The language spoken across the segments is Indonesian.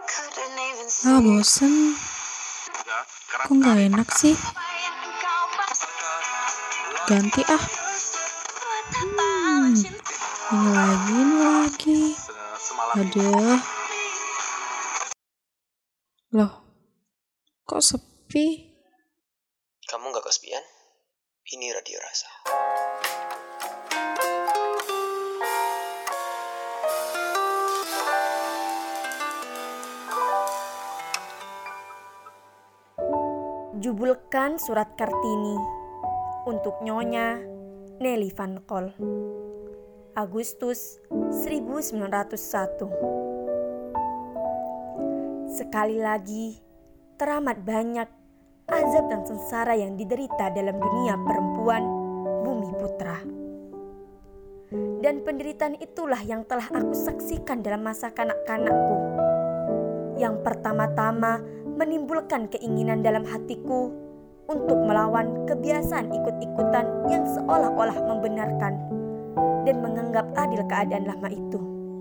Bosen. Kok nggak enak sih? Ganti ah. Ini lagi. Aduh. Loh, kok sepi? Kamu gak kesepian? Ini Radio Rasa. Jubulkan surat Kartini untuk Nyonya Nelly Van Kol, Agustus 1901. Sekali lagi, teramat banyak azab dan sengsara yang diderita dalam dunia perempuan Bumi Putra. Dan penderitaan itulah yang telah aku saksikan dalam masa kanak-kanakku. Yang pertama-tama menimbulkan keinginan dalam hatiku untuk melawan kebiasaan ikut-ikutan yang seolah-olah membenarkan dan menganggap adil keadaan lama itu.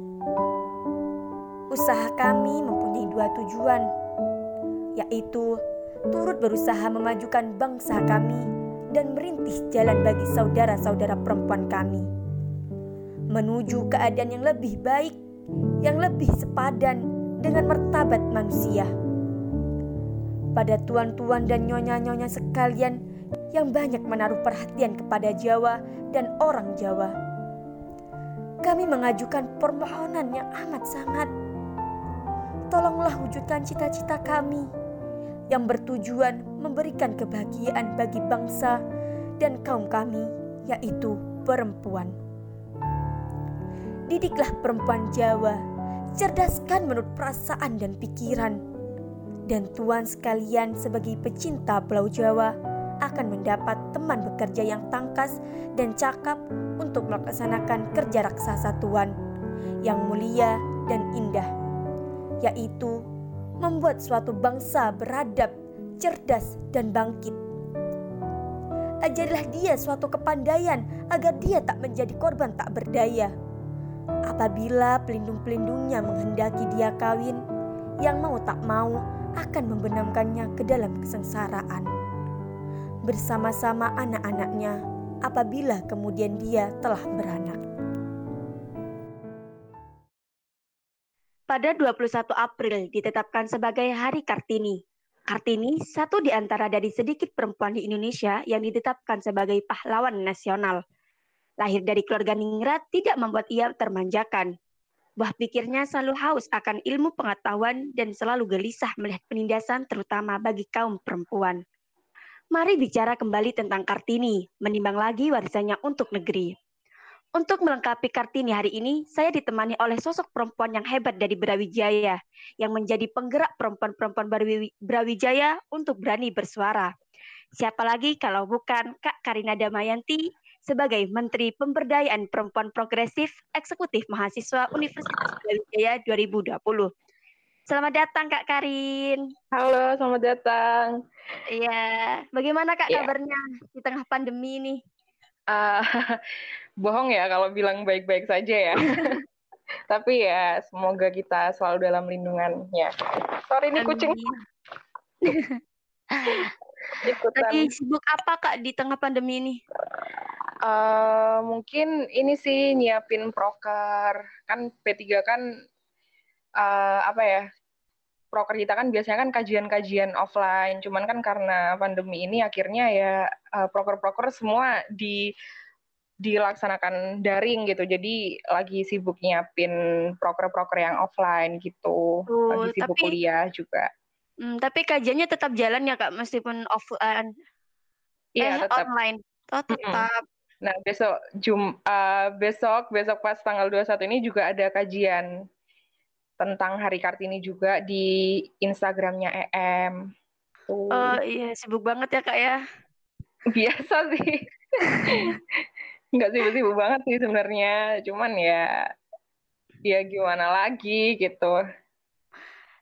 Usaha kami mempunyai dua tujuan, yaitu turut berusaha memajukan bangsa kami dan merintis jalan bagi saudara-saudara perempuan kami menuju keadaan yang lebih baik, yang lebih sepadan dengan martabat manusia. Pada tuan-tuan dan nyonya-nyonya sekalian yang banyak menaruh perhatian kepada Jawa dan orang Jawa, kami mengajukan permohonan yang amat sangat. Tolonglah wujudkan cita-cita kami yang bertujuan memberikan kebahagiaan bagi bangsa dan kaum kami, yaitu perempuan. Didiklah perempuan Jawa, cerdaskan menurut perasaan dan pikiran. Dan tuan sekalian sebagai pecinta Pulau Jawa akan mendapat teman bekerja yang tangkas dan cakap untuk melaksanakan kerja raksasa tuan yang mulia dan indah, yaitu membuat suatu bangsa beradab, cerdas dan bangkit. Ajarilah dia suatu kepandaian agar dia tak menjadi korban tak berdaya. Apabila pelindung-pelindungnya menghendaki dia kawin, yang mau tak mau akan membenamkannya ke dalam kesengsaraan bersama-sama anak-anaknya apabila kemudian dia telah beranak. Pada 21 April ditetapkan sebagai Hari Kartini. Kartini satu di antara dari sedikit perempuan di Indonesia yang ditetapkan sebagai pahlawan nasional. Lahir dari keluarga ningrat tidak membuat ia termanjakan. Buah pikirnya selalu haus akan ilmu pengetahuan dan selalu gelisah melihat penindasan terutama bagi kaum perempuan. Mari bicara kembali tentang Kartini, menimbang lagi warisannya untuk negeri. Untuk melengkapi Kartini hari ini, saya ditemani oleh sosok perempuan yang hebat dari Brawijaya, yang menjadi penggerak perempuan-perempuan Brawijaya untuk berani bersuara. Siapa lagi kalau bukan Kak Karina Damayanti, sebagai Menteri Pemberdayaan Perempuan Progresif Eksekutif Mahasiswa Universitas Brawijaya 2020. Selamat datang Kak Karin. Halo, selamat datang. Iya, bagaimana Kak kabarnya di tengah pandemi ini? Bohong ya kalau bilang baik-baik saja ya. Tapi ya semoga kita selalu dalam lindungannya. Sorry nih kucing. Lagi sibuk apa Kak di tengah pandemi ini? Mungkin ini sih nyiapin proker. Kan P3 kan proker kita kan biasanya kan kajian-kajian offline. Cuman kan karena pandemi ini akhirnya ya proker-proker semua dilaksanakan daring gitu. Jadi lagi sibuk nyiapin proker-proker yang offline gitu. Lagi sibuk kuliah juga. Tapi kajiannya tetap jalan ya Kak, meskipun offline? Iya, tetap. Online. Oh, tetap. Nah, besok pas tanggal 21 ini juga ada kajian tentang Hari Kartini juga di Instagramnya EM. Oh iya, sibuk banget ya Kak ya? Biasa sih. Nggak sibuk-sibuk banget sih sebenarnya. Cuman ya gimana lagi gitu.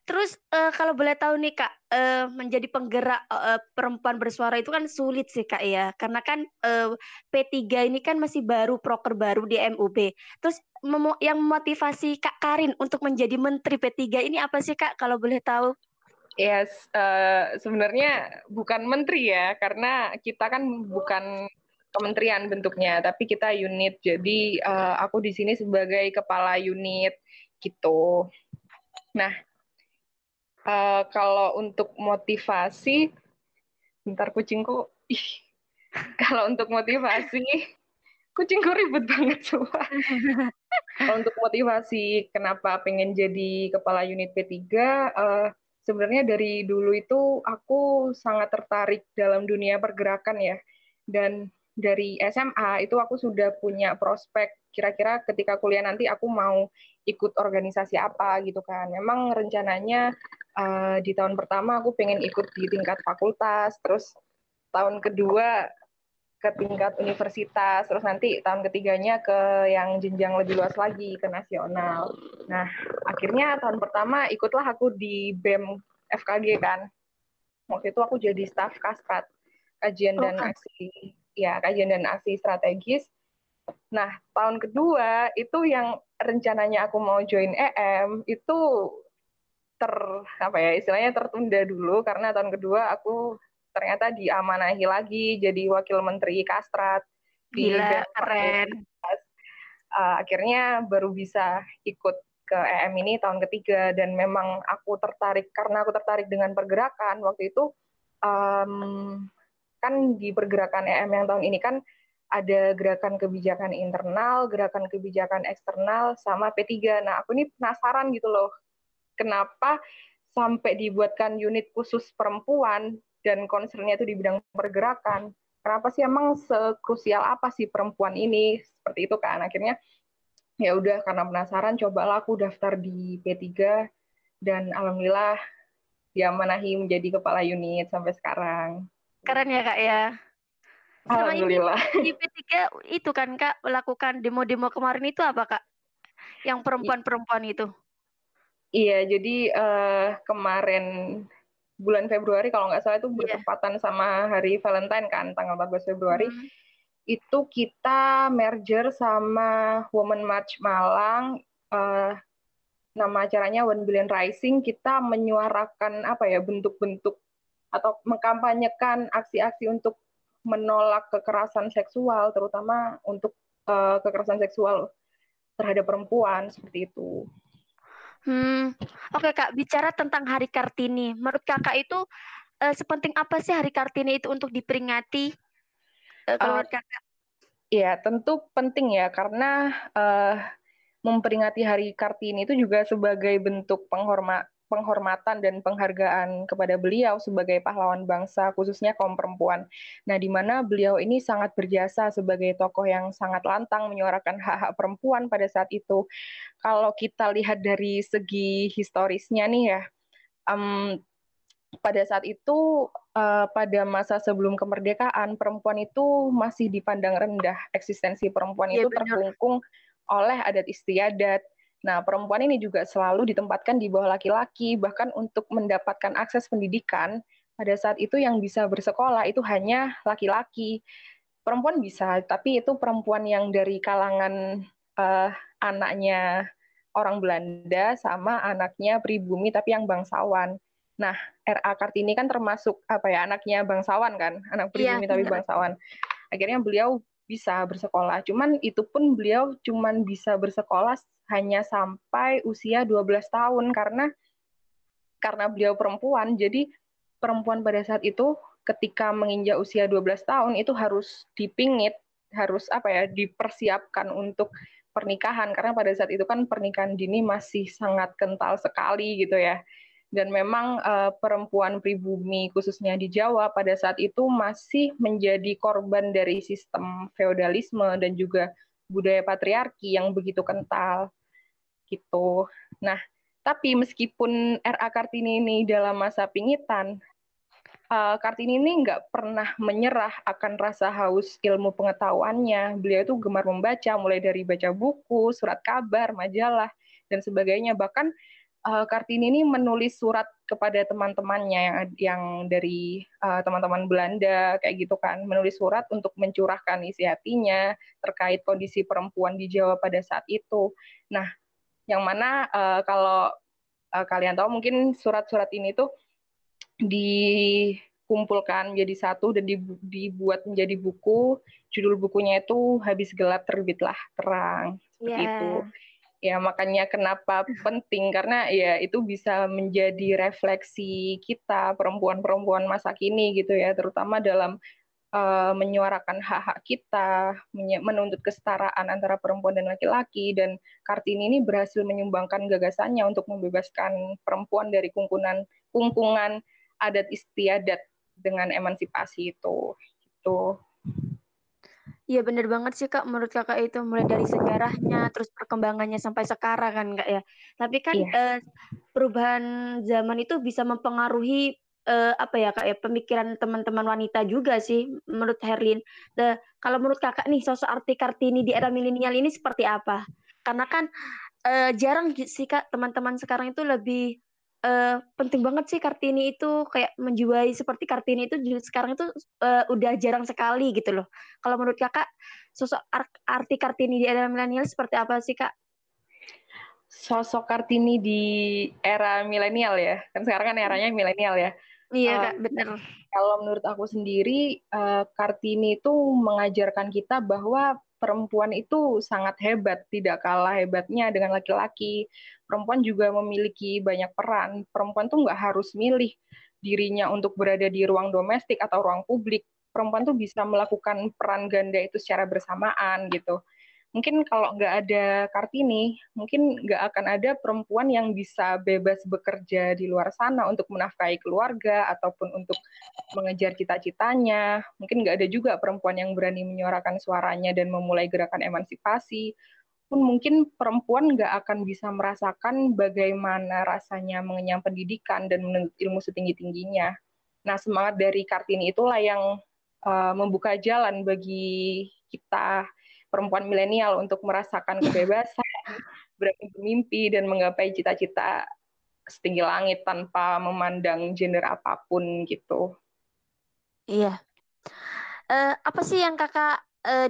Terus kalau boleh tahu nih Kak, menjadi penggerak perempuan bersuara itu kan sulit sih Kak ya, karena kan P3 ini kan masih baru, proker baru di MUB. Terus yang memotivasi Kak Karin untuk menjadi Menteri P3 ini apa sih Kak, kalau boleh tahu? Yes, sebenarnya bukan menteri ya, karena kita kan bukan kementerian bentuknya, tapi kita unit. Jadi aku di sini sebagai kepala unit gitu. Nah, kalau untuk motivasi, bentar kucingku, kalau untuk motivasi, kucingku ribet banget semua. Kalau untuk motivasi kenapa pengen jadi kepala unit P3, sebenarnya dari dulu itu aku sangat tertarik dalam dunia pergerakan ya. Dan dari SMA itu aku sudah punya prospek kira-kira ketika kuliah nanti aku mau ikut organisasi apa gitu kan. Memang rencananya di tahun pertama aku pengen ikut di tingkat fakultas, terus tahun kedua ke tingkat universitas, terus nanti tahun ketiganya ke yang jenjang lebih luas lagi, ke nasional. Nah, akhirnya tahun pertama ikutlah aku di BEM FKG kan. Waktu itu aku jadi staf Kastrat, kajian dan aksi strategis. Nah, tahun kedua itu yang rencananya aku mau join EM itu istilahnya tertunda dulu karena tahun kedua aku ternyata diamanahi lagi jadi wakil menteri Kastrat di Gila, BEM. keren. Akhirnya baru bisa ikut ke EM ini tahun ketiga dan memang aku tertarik karena aku tertarik dengan pergerakan waktu itu kan di pergerakan EM yang tahun ini kan ada gerakan kebijakan internal, gerakan kebijakan eksternal, sama P3. Nah, aku ini penasaran gitu loh, kenapa sampai dibuatkan unit khusus perempuan dan concernnya itu di bidang pergerakan. Kenapa sih emang sekrusial apa sih perempuan ini? Seperti itu kan. Akhirnya ya udah karena penasaran cobalah aku daftar di P3 dan alhamdulillah diamanahi menjadi kepala unit sampai sekarang. Keren ya Kak ya. Sama ini Alhamdulillah. di P3 itu kan Kak melakukan demo-demo kemarin itu apa Kak? Yang perempuan-perempuan itu. Iya, jadi kemarin bulan Februari kalau nggak salah itu bertepatan sama hari Valentine kan, tanggal 14 Februari. Itu kita merger sama Women March Malang, nama acaranya 1 Billion Rising. Kita menyuarakan bentuk-bentuk atau mengkampanyekan aksi-aksi untuk menolak kekerasan seksual, terutama untuk kekerasan seksual terhadap perempuan seperti itu. Oke Kak, bicara tentang Hari Kartini, menurut Kakak itu sepenting apa sih Hari Kartini itu untuk diperingati? Kalau menurut Kakak? Ya, tentu penting ya, karena memperingati Hari Kartini itu juga sebagai bentuk penghormatan dan penghargaan kepada beliau sebagai pahlawan bangsa, khususnya kaum perempuan. Nah, di mana beliau ini sangat berjasa sebagai tokoh yang sangat lantang menyuarakan hak-hak perempuan pada saat itu. Kalau kita lihat dari segi historisnya nih ya, pada saat itu, pada masa sebelum kemerdekaan, perempuan itu masih dipandang rendah. Eksistensi perempuan itu terkungkung oleh adat istiadat. Nah, perempuan ini juga selalu ditempatkan di bawah laki-laki, bahkan untuk mendapatkan akses pendidikan, pada saat itu yang bisa bersekolah itu hanya laki-laki. Perempuan bisa, tapi itu perempuan yang dari kalangan anaknya orang Belanda sama anaknya pribumi, tapi yang bangsawan. Nah, R.A. Kartini kan termasuk anaknya bangsawan kan, anak pribumi tapi bangsawan. Akhirnya beliau bisa bersekolah. Cuman itu pun beliau cuman bisa bersekolah hanya sampai usia 12 tahun karena beliau perempuan. Jadi perempuan pada saat itu ketika menginjak usia 12 tahun itu harus dipingit, harus dipersiapkan untuk pernikahan karena pada saat itu kan pernikahan dini masih sangat kental sekali gitu ya. Dan memang perempuan pribumi khususnya di Jawa pada saat itu masih menjadi korban dari sistem feodalisme dan juga budaya patriarki yang begitu kental gitu. Nah, tapi meskipun R.A. Kartini ini dalam masa pingitan, Kartini ini nggak pernah menyerah akan rasa haus ilmu pengetahuannya. Beliau itu gemar membaca, mulai dari baca buku, surat kabar, majalah, dan sebagainya. Bahkan Kartini ini menulis surat kepada teman-temannya yang dari teman-teman Belanda kayak gitu kan, menulis surat untuk mencurahkan isi hatinya terkait kondisi perempuan di Jawa pada saat itu. Nah, yang mana kalau kalian tahu mungkin surat-surat ini tuh dikumpulkan menjadi satu dan dibuat menjadi buku. Judul bukunya itu Habis Gelap Terbitlah Terang, seperti itu. Ya, makanya kenapa penting, karena ya itu bisa menjadi refleksi kita perempuan-perempuan masa kini gitu ya, terutama dalam menyuarakan hak-hak kita, menuntut kesetaraan antara perempuan dan laki-laki. Dan Kartini ini berhasil menyumbangkan gagasannya untuk membebaskan perempuan dari kungkungan adat istiadat dengan emansipasi itu. Gitu. Iya bener banget sih Kak, menurut Kakak itu mulai dari sejarahnya, terus perkembangannya sampai sekarang kan Kak ya. Tapi kan perubahan zaman itu bisa mempengaruhi apa ya Kak ya, pemikiran teman-teman wanita juga sih menurut Herlin. Kalau menurut Kakak nih, sosok Arti Kartini di era milenial ini seperti apa? Karena kan jarang sih Kak, teman-teman sekarang itu lebih penting banget sih Kartini itu, kayak menjiwai seperti Kartini itu sekarang itu udah jarang sekali gitu loh. Kalau menurut Kakak, sosok Arti Kartini di era milenial seperti apa sih Kak? Sosok Kartini di era milenial ya, kan sekarang kan eranya milenial ya. Iya Kak, benar. Kalau menurut aku sendiri, Kartini itu mengajarkan kita bahwa perempuan itu sangat hebat, tidak kalah hebatnya dengan laki-laki. Perempuan juga memiliki banyak peran. Perempuan tuh nggak harus milih dirinya untuk berada di ruang domestik atau ruang publik. Perempuan tuh bisa melakukan peran ganda itu secara bersamaan gitu. Mungkin kalau nggak ada Kartini, mungkin nggak akan ada perempuan yang bisa bebas bekerja di luar sana untuk menafkahi keluarga ataupun untuk mengejar cita-citanya. Mungkin nggak ada juga perempuan yang berani menyuarakan suaranya dan memulai gerakan emansipasi. Pun mungkin perempuan nggak akan bisa merasakan bagaimana rasanya mengenyam pendidikan dan menuntut ilmu setinggi-tingginya. Nah, semangat dari Kartini itulah yang membuka jalan bagi kita perempuan milenial untuk merasakan kebebasan, berani bermimpi, dan menggapai cita-cita setinggi langit tanpa memandang gender apapun gitu. Iya. Apa sih yang Kakak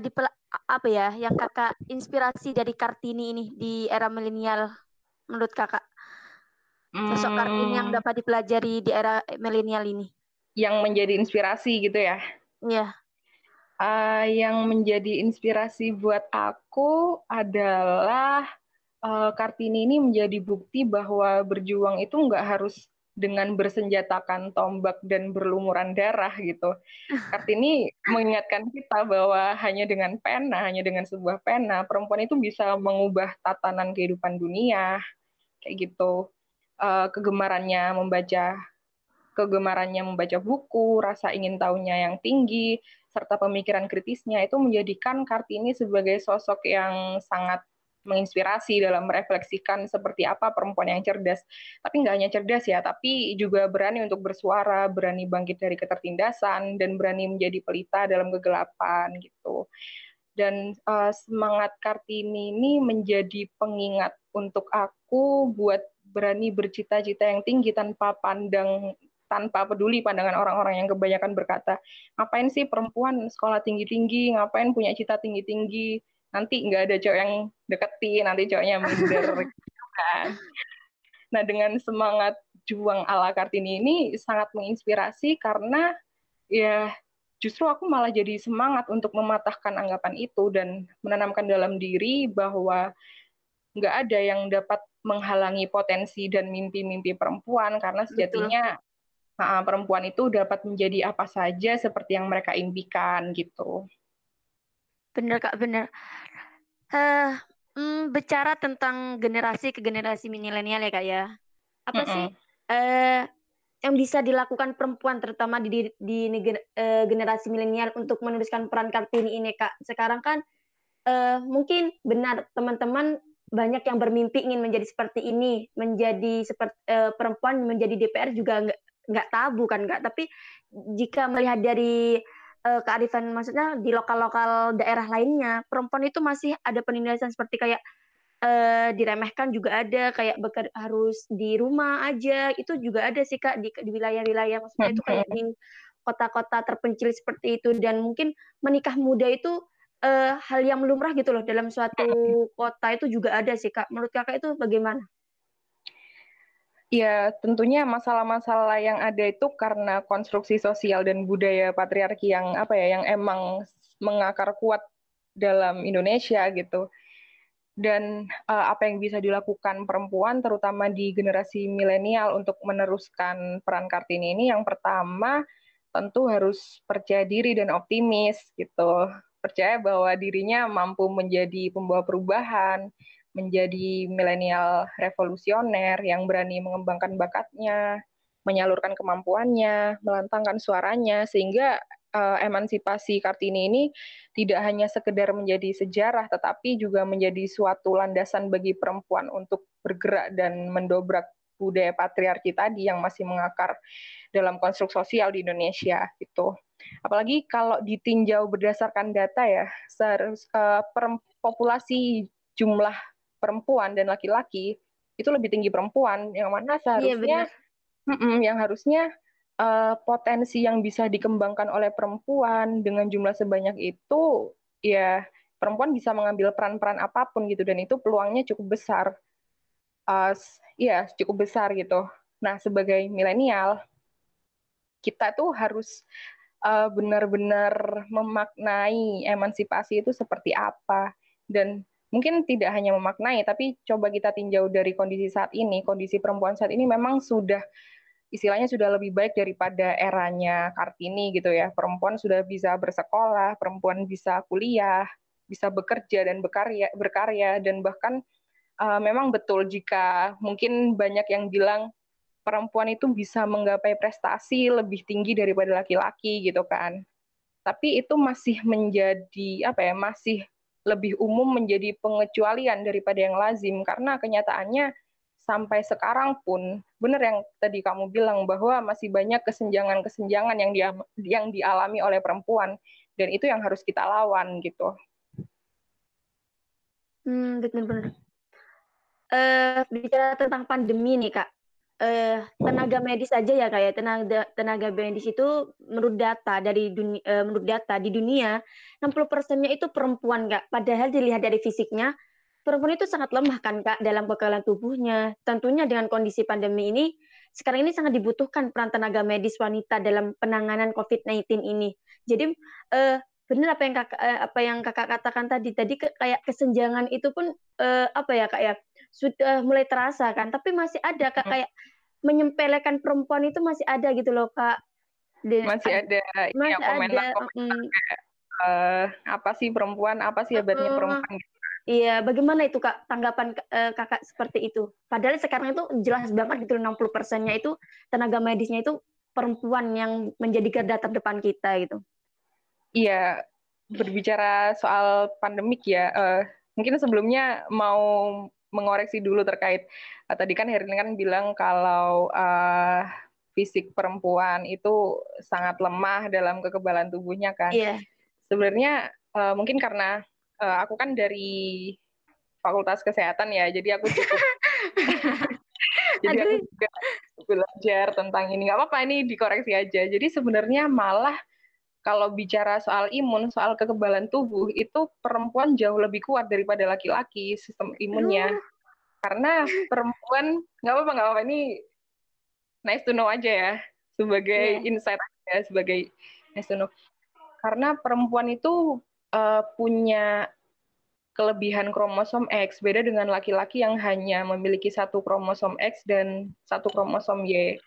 yang Kakak inspirasi dari Kartini ini di era milenial menurut Kakak? Sosok Kartini yang dapat dipelajari di era milenial ini. Yang menjadi inspirasi gitu ya? Iya. Yang menjadi inspirasi buat aku adalah Kartini ini menjadi bukti bahwa berjuang itu nggak harus dengan bersenjatakan tombak dan berlumuran darah gitu. Kartini mengingatkan kita bahwa hanya dengan pena, hanya dengan sebuah pena, perempuan itu bisa mengubah tatanan kehidupan dunia, kayak gitu. Kegemarannya membaca buku, rasa ingin tahunya yang tinggi, serta pemikiran kritisnya itu menjadikan Kartini sebagai sosok yang sangat menginspirasi dalam merefleksikan seperti apa perempuan yang cerdas. Tapi nggak hanya cerdas ya, tapi juga berani untuk bersuara, berani bangkit dari ketertindasan, dan berani menjadi pelita dalam kegelapan gitu. Dan semangat Kartini ini menjadi pengingat untuk aku buat berani bercita-cita yang tinggi tanpa peduli pandangan orang-orang yang kebanyakan berkata, ngapain sih perempuan sekolah tinggi-tinggi, ngapain punya cita tinggi-tinggi, nanti nggak ada cowok yang deketin, nanti cowoknya minder. Kan? Nah, dengan semangat juang ala Kartini ini sangat menginspirasi karena ya justru aku malah jadi semangat untuk mematahkan anggapan itu dan menanamkan dalam diri bahwa nggak ada yang dapat menghalangi potensi dan mimpi-mimpi perempuan karena sejatinya perempuan itu dapat menjadi apa saja seperti yang mereka impikan gitu. Benar Kak, benar. Bicara tentang generasi ke generasi milenial ya Kak ya. Apa sih yang bisa dilakukan perempuan terutama di generasi milenial untuk meneruskan peran Kartini ini Kak? Sekarang kan mungkin benar teman-teman banyak yang bermimpi ingin menjadi seperti ini, menjadi seperti perempuan menjadi DPR juga nggak tabu kan Kak. Tapi jika melihat dari kearifan, maksudnya di lokal-lokal daerah lainnya, perempuan itu masih ada penindasan seperti kayak diremehkan juga ada, kayak harus di rumah aja, itu juga ada sih Kak di wilayah-wilayah, maksudnya itu kayak di kota-kota terpencil seperti itu, dan mungkin menikah muda itu hal yang lumrah gitu loh dalam suatu kota, itu juga ada sih Kak. Menurut Kakak itu bagaimana? Ya, tentunya masalah-masalah yang ada itu karena konstruksi sosial dan budaya patriarki yang yang emang mengakar kuat dalam Indonesia gitu. Dan apa yang bisa dilakukan perempuan terutama di generasi milenial untuk meneruskan peran Kartini ini, yang pertama tentu harus percaya diri dan optimis gitu. Percaya bahwa dirinya mampu menjadi pembawa perubahan, menjadi milenial revolusioner yang berani mengembangkan bakatnya, menyalurkan kemampuannya, melantangkan suaranya, sehingga emansipasi Kartini ini tidak hanya sekedar menjadi sejarah, tetapi juga menjadi suatu landasan bagi perempuan untuk bergerak dan mendobrak budaya patriarki tadi yang masih mengakar dalam konstruk sosial di Indonesia gitu. Apalagi kalau ditinjau berdasarkan data ya, populasi jumlah perempuan dan laki-laki itu lebih tinggi perempuan, yang mana seharusnya yang harusnya potensi yang bisa dikembangkan oleh perempuan dengan jumlah sebanyak itu, ya perempuan bisa mengambil peran-peran apapun gitu, dan itu peluangnya cukup besar. Ya cukup besar gitu. Nah, sebagai milenial, kita tuh harus benar-benar memaknai emansipasi itu seperti apa. Dan mungkin tidak hanya memaknai, tapi coba kita tinjau dari kondisi saat ini. Kondisi perempuan saat ini memang sudah, istilahnya sudah lebih baik daripada eranya Kartini gitu ya. Perempuan sudah bisa bersekolah, perempuan bisa kuliah, bisa bekerja dan berkarya, dan bahkan memang betul jika mungkin banyak yang bilang perempuan itu bisa menggapai prestasi lebih tinggi daripada laki-laki gitu kan. Tapi itu masih menjadi masih lebih umum, menjadi pengecualian daripada yang lazim, karena kenyataannya sampai sekarang pun benar yang tadi kamu bilang bahwa masih banyak kesenjangan-kesenjangan yang dialami oleh perempuan, dan itu yang harus kita lawan gitu. Benar-benar. Bicara tentang pandemi nih Kak, tenaga medis aja ya Kak ya, tenaga medis itu menurut data di dunia 60%-nya itu perempuan Kak. Padahal dilihat dari fisiknya, perempuan itu sangat lemah kan Kak dalam kekalahan tubuhnya. Tentunya dengan kondisi pandemi ini, sekarang ini sangat dibutuhkan peran tenaga medis wanita dalam penanganan COVID-19 ini. Jadi benar apa yang Kakak katakan tadi kayak kesenjangan itu pun Kak ya, sudah mulai terasa kan, tapi masih ada Kak, kayak menyempelekan perempuan itu masih ada gitu loh Kak. Masih ada komentar kayak apa sih perempuan, apa sih hebatnya perempuan gitu. Iya, bagaimana itu Kak tanggapan Kakak seperti itu? Padahal sekarang itu jelas banget gitu 60%-nya itu tenaga medisnya itu perempuan yang menjadi garda terdepan kita gitu. Iya, berbicara soal pandemik ya, mungkin sebelumnya mau mengoreksi dulu terkait tadi kan Herlin kan bilang kalau fisik perempuan itu sangat lemah dalam kekebalan tubuhnya kan. Iya. Sebenarnya mungkin karena aku kan dari Fakultas Kesehatan ya, jadi aku cukup jadi aku juga belajar tentang ini. Nggak apa-apa, ini dikoreksi aja. Jadi sebenarnya malah kalau bicara soal imun, soal kekebalan tubuh, itu perempuan jauh lebih kuat daripada laki-laki sistem imunnya. Karena perempuan, nggak apa-apa, ini nice to know aja ya, sebagai insight aja, sebagai nice to know. Karena perempuan itu punya kelebihan kromosom X, beda dengan laki-laki yang hanya memiliki satu kromosom X dan satu kromosom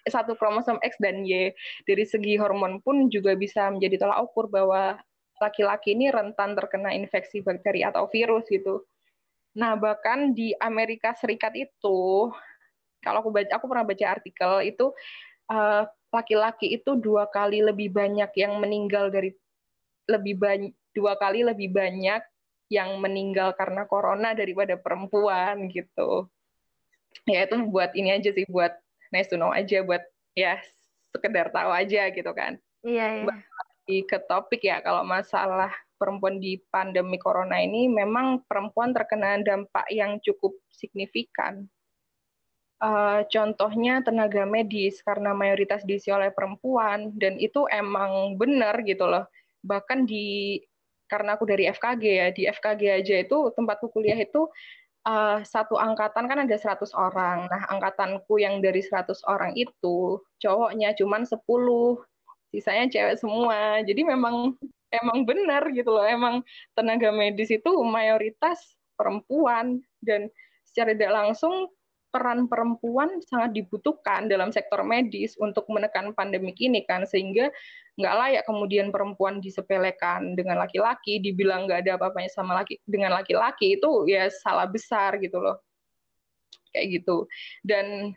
X dan Y. Dari segi hormon pun juga bisa menjadi tolak ukur bahwa laki-laki ini rentan terkena infeksi bakteri atau virus gitu. Nah, bahkan di Amerika Serikat itu, kalau aku pernah baca artikel itu, laki-laki itu 2 kali lebih banyak yang meninggal yang meninggal karena corona daripada perempuan gitu. Ya itu buat ini aja sih, buat nice to know aja, buat ya sekedar tahu aja gitu kan. Iya. Ke topik ya, kalau masalah perempuan di pandemi corona ini memang perempuan terkena dampak yang cukup signifikan. Contohnya tenaga medis, karena mayoritas diisi oleh perempuan, dan itu emang benar gitu loh. Bahkan karena aku dari FKG ya, di FKG aja itu tempatku kuliah itu satu angkatan kan ada 100 orang. Nah, angkatanku yang dari 100 orang itu cowoknya cuma 10, sisanya cewek semua. Jadi emang benar gitu loh. Emang tenaga medis itu mayoritas perempuan, dan secara tidak langsung peran perempuan sangat dibutuhkan dalam sektor medis untuk menekan pandemik ini kan, sehingga nggak layak kemudian perempuan disepelekan dengan laki-laki, dibilang nggak ada apa-apanya dengan laki-laki, itu ya salah besar gitu loh, kayak gitu. Dan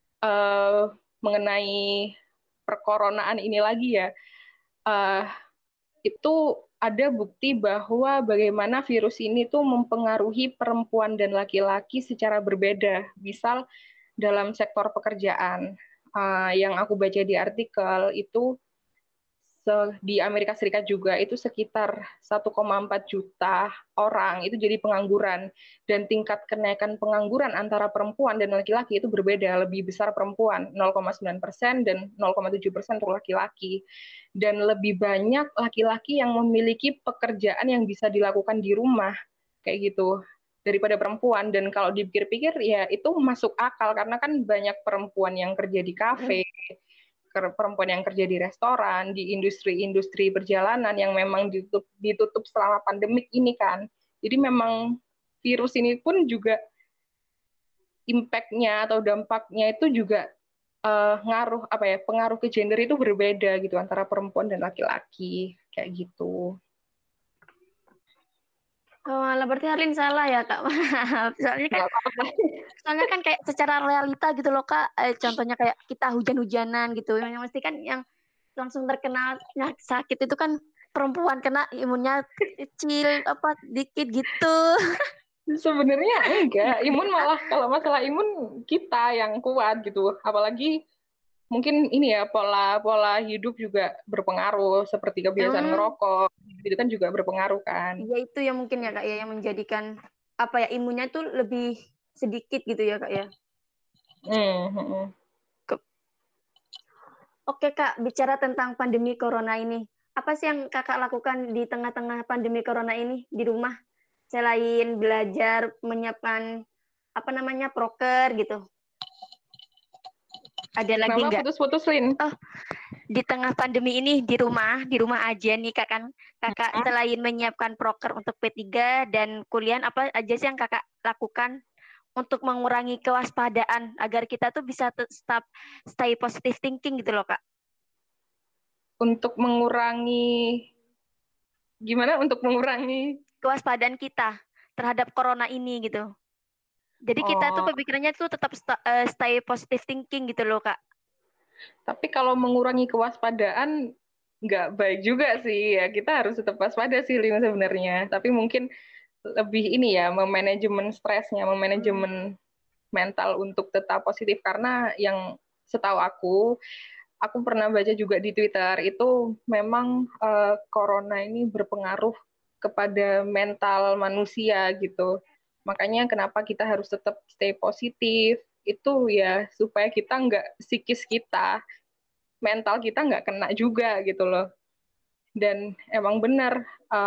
mengenai perkoronaan ini lagi ya, itu ada bukti bahwa bagaimana virus ini tuh mempengaruhi perempuan dan laki-laki secara berbeda. Misal dalam sektor pekerjaan, yang aku baca di artikel itu di Amerika Serikat juga itu sekitar 1,4 juta orang itu jadi pengangguran, dan tingkat kenaikan pengangguran antara perempuan dan laki-laki itu berbeda, lebih besar perempuan 0,9% dan 0,7% untuk laki-laki, dan lebih banyak laki-laki yang memiliki pekerjaan yang bisa dilakukan di rumah kayak gitu daripada perempuan. Dan kalau dipikir-pikir ya itu masuk akal, karena kan banyak perempuan yang kerja di kafe, perempuan yang kerja di restoran, di industri-industri perjalanan yang memang ditutup selama pandemik ini kan. Jadi memang virus ini pun juga impact-nya atau dampaknya itu juga pengaruh ke gender itu berbeda gitu antara perempuan dan laki-laki kayak gitu. Oh, malah berarti Harlin salah ya Kak. Soalnya kan kayak secara realita gitu loh Kak. Contohnya kayak kita hujan-hujanan gitu. Yang mesti kan yang langsung terkena sakit itu kan perempuan, kena imunnya kecil dikit gitu. Sebenarnya enggak, imun malah kalau masalah imun kita yang kuat gitu. Apalagi mungkin ini ya pola hidup juga berpengaruh, seperti kebiasaan ngerokok itu kan juga berpengaruh kan. Ya itu yang mungkin ya Kak ya, yang menjadikan imunnya tuh lebih sedikit gitu ya Kak ya. Oke Kak, bicara tentang pandemi corona ini, apa sih yang Kakak lakukan di tengah-tengah pandemi corona ini di rumah selain belajar menyiapkan proker gitu? Ada lagi nggak? Putus-putus, Lin? Oh, di tengah pandemi ini di rumah aja nih Kakak selain menyiapkan proker untuk P3 dan kuliah, apa aja sih yang Kakak lakukan untuk mengurangi kewaspadaan agar kita tuh bisa tetap stay positive thinking gitu loh Kak? Untuk mengurangi gimana? Untuk mengurangi kewaspadaan kita terhadap corona ini gitu. Jadi kita tuh pemikirannya tuh tetap stay positive thinking gitu loh Kak. Tapi kalau mengurangi kewaspadaan nggak baik juga sih ya. Kita harus tetap waspada sih Lin sebenarnya. Tapi mungkin lebih ini ya, memanajemen stresnya, memanajemen mental untuk tetap positif. Karena yang setahu aku pernah baca juga di Twitter, itu memang corona ini berpengaruh kepada mental manusia gitu. Makanya kenapa kita harus tetap stay positif, itu ya supaya kita psikis kita, mental kita nggak kena juga gitu loh. Dan emang benar,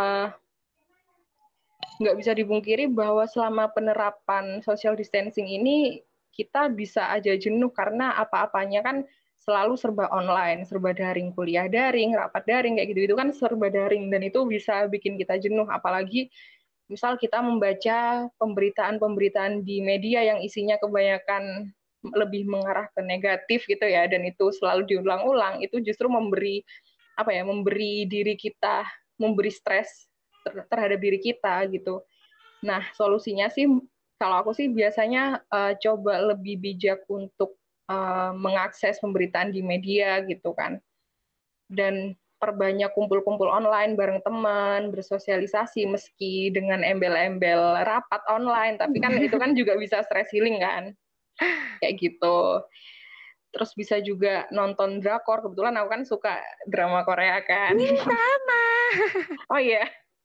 nggak bisa dipungkiri bahwa selama penerapan social distancing ini kita bisa aja jenuh, karena apa-apanya kan selalu serba online, serba daring, kuliah daring, rapat daring, kayak gitu-gitu kan serba daring, dan itu bisa bikin kita jenuh. Apalagi misal kita membaca pemberitaan-pemberitaan di media yang isinya kebanyakan lebih mengarah ke negatif gitu ya, dan itu selalu diulang-ulang, itu justru memberi diri kita, memberi stres terhadap diri kita gitu. Nah, solusinya sih kalau aku sih biasanya coba lebih bijak untuk mengakses pemberitaan di media gitu kan. Dan perbanyak kumpul-kumpul online bareng teman, bersosialisasi meski dengan embel-embel rapat online, tapi kan itu kan juga bisa stress healing kan. Kayak gitu. Terus bisa juga nonton drakor, kebetulan aku kan suka drama Korea kan. Sama. Oh iya.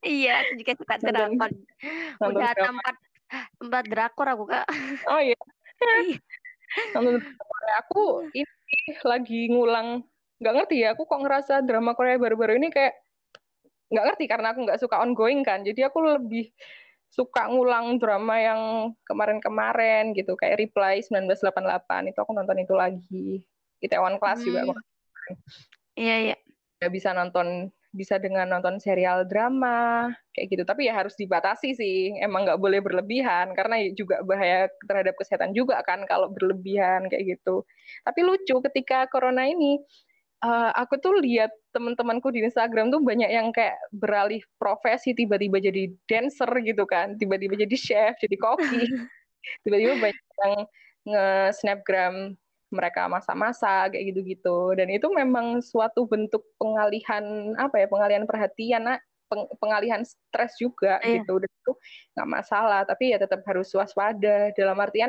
Iya, aku juga suka Nonton drakor. Udah drama. empat drakor aku, Kak. Oh iya, Iya. nonton drama Korea. Aku ini lagi ngulang, nggak ngerti ya, aku kok ngerasa drama Korea baru-baru ini kayak nggak ngerti karena aku nggak suka ongoing kan. Jadi aku lebih suka ngulang drama yang kemarin-kemarin gitu, kayak Reply 1988 itu aku nonton itu lagi. Itaewon Class juga aku Hmm, iya, iya. nggak bisa nonton, bisa dengan nonton serial drama kayak gitu, tapi ya harus dibatasi sih, emang nggak boleh berlebihan karena juga bahaya terhadap kesehatan juga kan kalau berlebihan kayak gitu. Tapi lucu ketika corona ini, aku tuh lihat teman-temanku di Instagram tuh banyak yang kayak beralih profesi, tiba-tiba jadi dancer gitu kan, tiba-tiba jadi chef, jadi koki, tiba-tiba banyak yang nge-snapgram mereka masa-masa kayak gitu-gitu, dan itu memang suatu bentuk pengalihan apa ya, pengalihan perhatian, pengalihan stres juga Iya. gitu, dan itu nggak masalah, tapi ya tetap harus waspada dalam artian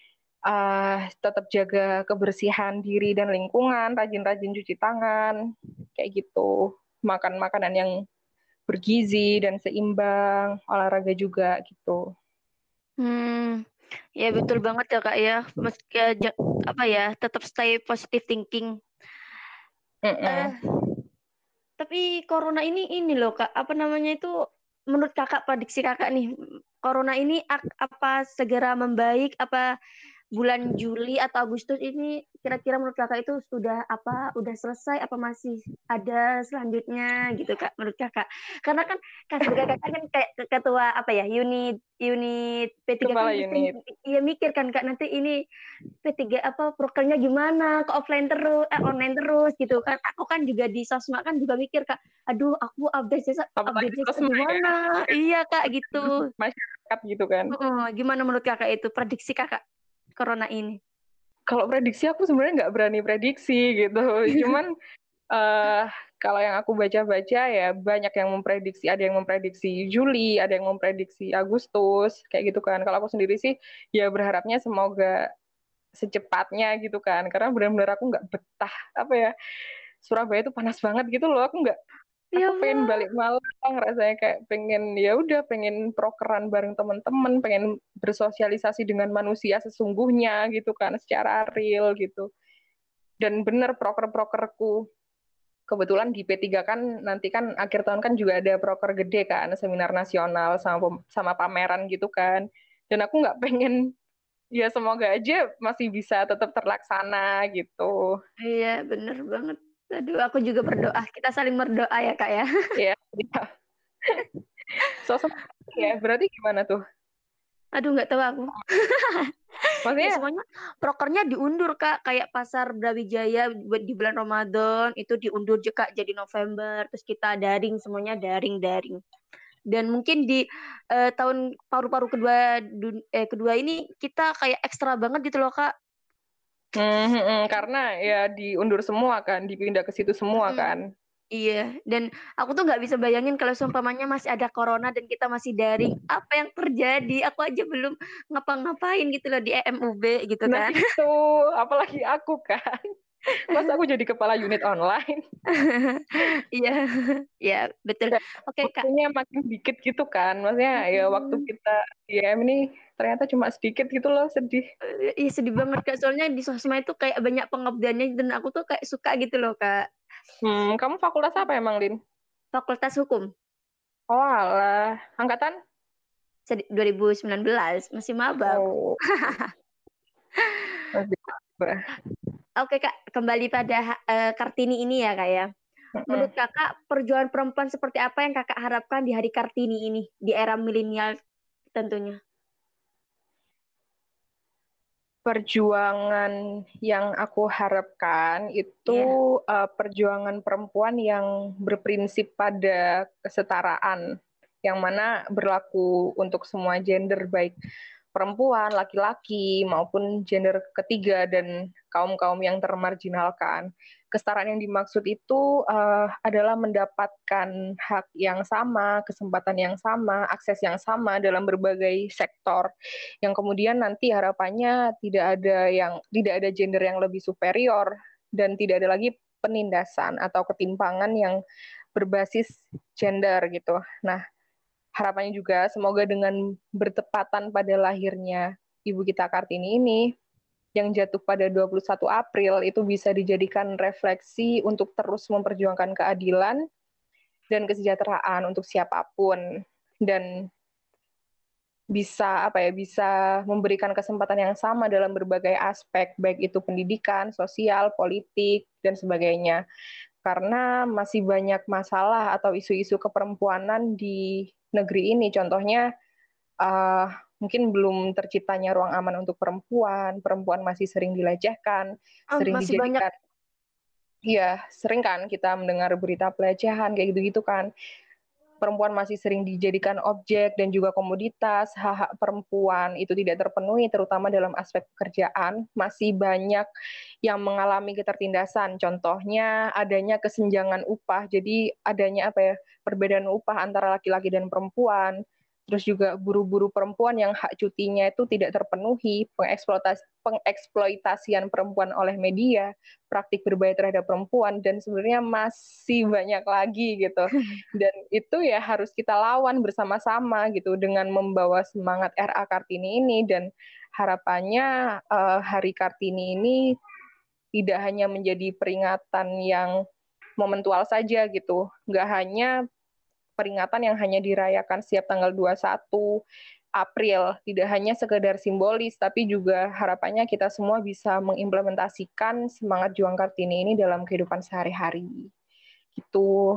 tetap jaga kebersihan diri dan lingkungan, rajin-rajin cuci tangan kayak gitu, makan makanan yang bergizi dan seimbang, olahraga juga gitu. Hmm, ya betul banget ya, Kak ya. Meski apa ya, tetap stay positive thinking. Eh, Mm-mm. tapi corona ini loh, Kak, apa namanya itu, menurut Kakak, prediksi Kakak nih, corona ini apa segera membaik, apa bulan Juli atau Agustus ini kira-kira menurut Kakak itu udah selesai apa masih ada selanjutnya gitu, Kak, menurut Kakak? Karena kan sebagai Kakak kan kayak ketua apa ya, unit unit P3 kan Kepala pasti unit. ya mikir kan, Kak, nanti ini P3 apa prokernya gimana, ke offline terus, online terus gitu kan. Aku kan juga di sosmed kan juga mikir, Kak, aduh aku Apalagi update sosmed ya, gimana? Iya, Kak, gitu. masyarakat gitu kan. Gimana menurut Kakak itu prediksi Kakak corona ini? Kalau prediksi aku sebenarnya nggak berani prediksi gitu. Cuman uh, kalau yang aku baca-baca ya banyak yang memprediksi, ada yang memprediksi Juli, ada yang memprediksi Agustus, kayak gitu kan. Kalau aku sendiri sih ya berharapnya semoga secepatnya gitu kan. Karena benar-benar aku nggak betah apa ya. Surabaya itu panas banget gitu loh. Ya Aku pengen Allah. balik Malang, rasanya kayak pengen ya udah pengen prokeran bareng teman-teman, pengen bersosialisasi dengan manusia sesungguhnya gitu kan, secara real gitu. Dan bener proker-prokerku, kebetulan di P3 kan nanti kan akhir tahun kan juga ada proker gede kan, seminar nasional sama pameran gitu kan. Dan aku nggak pengen, ya semoga aja masih bisa tetap terlaksana gitu. Iya, bener banget. Aduh, aku juga berdoa. Kita saling berdoa ya, Kak ya. Ya, ya. Sosok ya, berarti gimana tuh? Aduh, nggak tahu aku. Ya Maksudnya semuanya prokernya diundur, Kak. Kayak pasar Brawijaya di bulan Ramadan itu diundur juga jadi November. Terus kita daring, semuanya daring-daring. Dan mungkin di tahun paru-paru kedua ini kita kayak ekstra banget gitu loh, Kak. karena ya diundur semua kan, dipindah ke situ semua Mm-mm. kan. Iya, dan aku tuh nggak bisa bayangin kalau seumpamanya masih ada corona dan kita masih daring, apa yang terjadi? Aku aja belum ngapa-ngapain gitu loh di EMUB gitu Nah kan. itu, apalagi aku kan. Mas aku jadi kepala unit online. Iya, ya betul. Dan Oke, Kak. waktunya makin dikit gitu kan. Maksudnya ya waktu Mm-mm. kita di M ini ternyata cuma sedikit gitu loh, sedih. Iya sedih banget, Kak. Soalnya di sosmed itu kayak banyak pengabdiannya dan aku tuh kayak suka gitu loh, Kak. Kamu fakultas apa emang, Lin? Fakultas Hukum Oh alah, angkatan? 2019 masih maba aku. Oh, masih. Oke, Kak, kembali pada Kartini ini ya, Kak ya. Mm-mm. Menurut Kakak, perjuangan perempuan seperti apa yang Kakak harapkan di Hari Kartini ini, di era milenial tentunya? Perjuangan yang aku harapkan itu Iya, perjuangan perempuan yang berprinsip pada kesetaraan, yang mana berlaku untuk semua gender, baik perempuan, laki-laki, maupun gender ketiga dan kaum-kaum yang termarginalkan. Kesetaraan yang dimaksud itu adalah mendapatkan hak yang sama, kesempatan yang sama, akses yang sama dalam berbagai sektor, yang kemudian nanti harapannya tidak ada gender yang lebih superior dan tidak ada lagi penindasan atau ketimpangan yang berbasis gender gitu. Nah, harapannya juga semoga dengan bertepatan pada lahirnya Ibu kita Kartini ini, yang jatuh pada 21 April, itu bisa dijadikan refleksi untuk terus memperjuangkan keadilan dan kesejahteraan untuk siapapun, dan bisa memberikan kesempatan yang sama dalam berbagai aspek, baik itu pendidikan, sosial, politik, dan sebagainya. Karena masih banyak masalah atau isu-isu keperempuanan di negeri ini. Contohnya, mungkin belum terciptanya ruang aman untuk perempuan masih sering dilecehkan, sering Masih dijadikan, banyak. iya, sering kan kita mendengar berita pelecehan, kayak gitu-gitu kan. Perempuan masih sering dijadikan objek dan juga komoditas, hak-hak perempuan itu tidak terpenuhi, terutama dalam aspek pekerjaan. Masih banyak yang mengalami ketertindasan, contohnya adanya kesenjangan upah, jadi adanya perbedaan upah antara laki-laki dan perempuan, terus juga buruh-buruh perempuan yang hak cutinya itu tidak terpenuhi, pengeksploitasian perempuan oleh media, praktik berbaya terhadap perempuan, dan sebenarnya masih banyak lagi gitu. Dan itu ya harus kita lawan bersama-sama gitu dengan membawa semangat RA Kartini ini, dan harapannya Hari Kartini ini tidak hanya menjadi peringatan yang momentual saja gitu, nggak hanya peringatan yang hanya dirayakan setiap tanggal 21 April, tidak hanya sekedar simbolis, tapi juga harapannya kita semua bisa mengimplementasikan semangat juang Kartini ini dalam kehidupan sehari-hari. Gitu.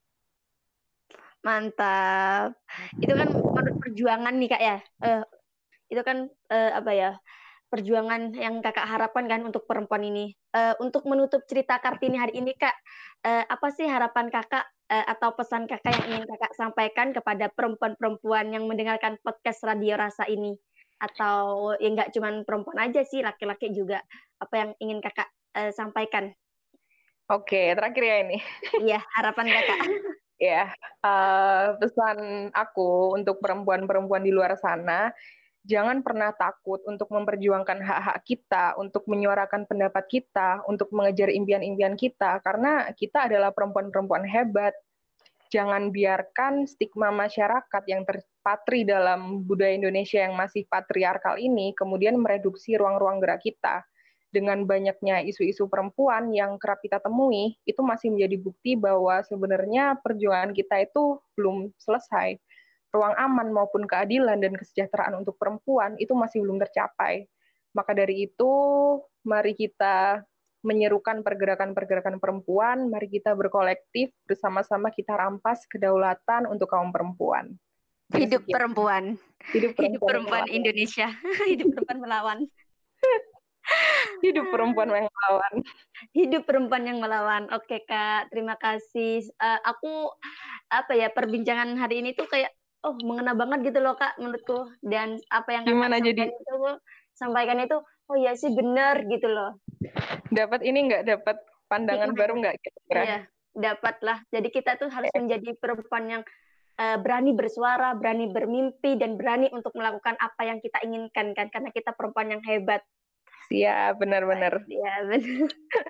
Mantap. Itu kan menurut perjuangan nih Kak ya. Itu kan perjuangan yang Kakak harapkan kan untuk perempuan ini. Untuk menutup cerita Kartini hari ini Kak, apa sih harapan Kakak atau pesan Kakak yang ingin Kakak sampaikan kepada perempuan-perempuan yang mendengarkan podcast Radio Rasa ini? Atau ya nggak cuma perempuan aja sih, laki-laki juga. Apa yang ingin Kakak sampaikan? Oke, terakhir ya ini. Iya, harapan Kakak. Ya, pesan aku untuk perempuan-perempuan di luar sana, jangan pernah takut untuk memperjuangkan hak-hak kita, untuk menyuarakan pendapat kita, untuk mengejar impian-impian kita, karena kita adalah perempuan-perempuan hebat. Jangan biarkan stigma masyarakat yang terpatri dalam budaya Indonesia yang masih patriarkal ini kemudian mereduksi ruang-ruang gerak kita. Dengan banyaknya isu-isu perempuan yang kerap kita temui, itu masih menjadi bukti bahwa sebenarnya perjuangan kita itu belum selesai. Ruang aman maupun keadilan dan kesejahteraan untuk perempuan itu masih belum tercapai. Maka dari itu, mari kita menyerukan pergerakan-pergerakan perempuan, mari kita berkolektif, bersama-sama kita rampas kedaulatan untuk kaum perempuan. Hidup perempuan. Hidup perempuan Indonesia. Hidup perempuan melawan. Hidup perempuan yang melawan. Hidup perempuan yang melawan. Oke Kak, terima kasih. Aku perbincangan hari ini tuh kayak mengena banget gitu loh Kak menurutku. Dan apa yang Kakak sampaikan itu oh ya sih benar gitu loh. Dapat dapat pandangan baru nggak kira-kira? Iya, dapat lah. Jadi kita tuh harus menjadi perempuan yang berani bersuara, berani bermimpi, dan berani untuk melakukan apa yang kita inginkan kan, karena kita perempuan yang hebat. Iya, benar-benar. Iya, benar.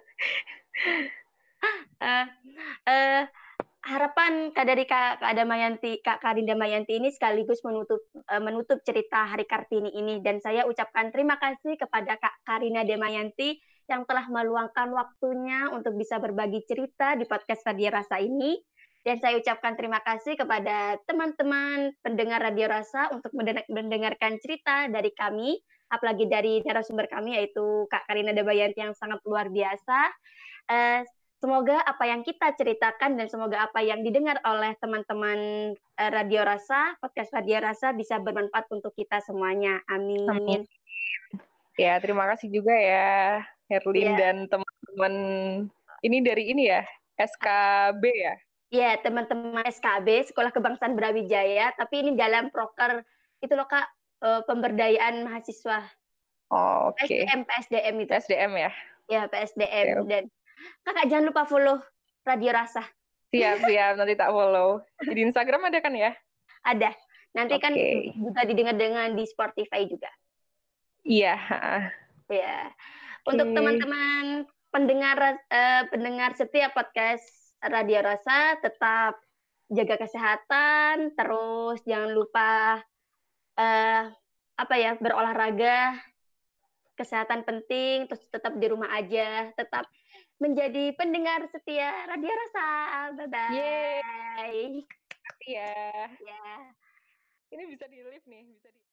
Harapan dari Kak Karinda Mayanti ini sekaligus menutup cerita Hari Kartini ini, dan saya ucapkan terima kasih kepada Kak Karinda Damayanti yang telah meluangkan waktunya untuk bisa berbagi cerita di podcast Radio Rasa ini. Dan saya ucapkan terima kasih kepada teman-teman pendengar Radio Rasa untuk mendengarkan cerita dari kami, apalagi dari narasumber kami yaitu Kak Karinda Damayanti yang sangat luar biasa. Semoga apa yang kita ceritakan dan semoga apa yang didengar oleh teman-teman Radio Rasa, podcast Radio Rasa bisa bermanfaat untuk kita semuanya. Amin. Amin. Ya, terima kasih juga ya Herlin dan teman-teman ini dari SKB ya? Iya, teman-teman SKB, Sekolah Kebangsaan Brawijaya, tapi ini dalam proker itu loh Kak, pemberdayaan mahasiswa. Oh, oke. PSDM itu. PSDM ya? Ya, PSDM. Dan Kakak jangan lupa follow Radio Rasa. Siap, nanti tak follow. Di Instagram ada kan ya? Ada. Nanti kan juga didengar dengan di Spotify juga. Iya. Ya. Untuk teman-teman pendengar setiap podcast Radio Rasa, tetap jaga kesehatan, terus jangan lupa eh berolahraga, kesehatan penting, terus tetap di rumah aja, tetap menjadi pendengar setia Radio Rasa. Bye Yeay, bye. ya. Ya. Ini bisa di live nih, bisa di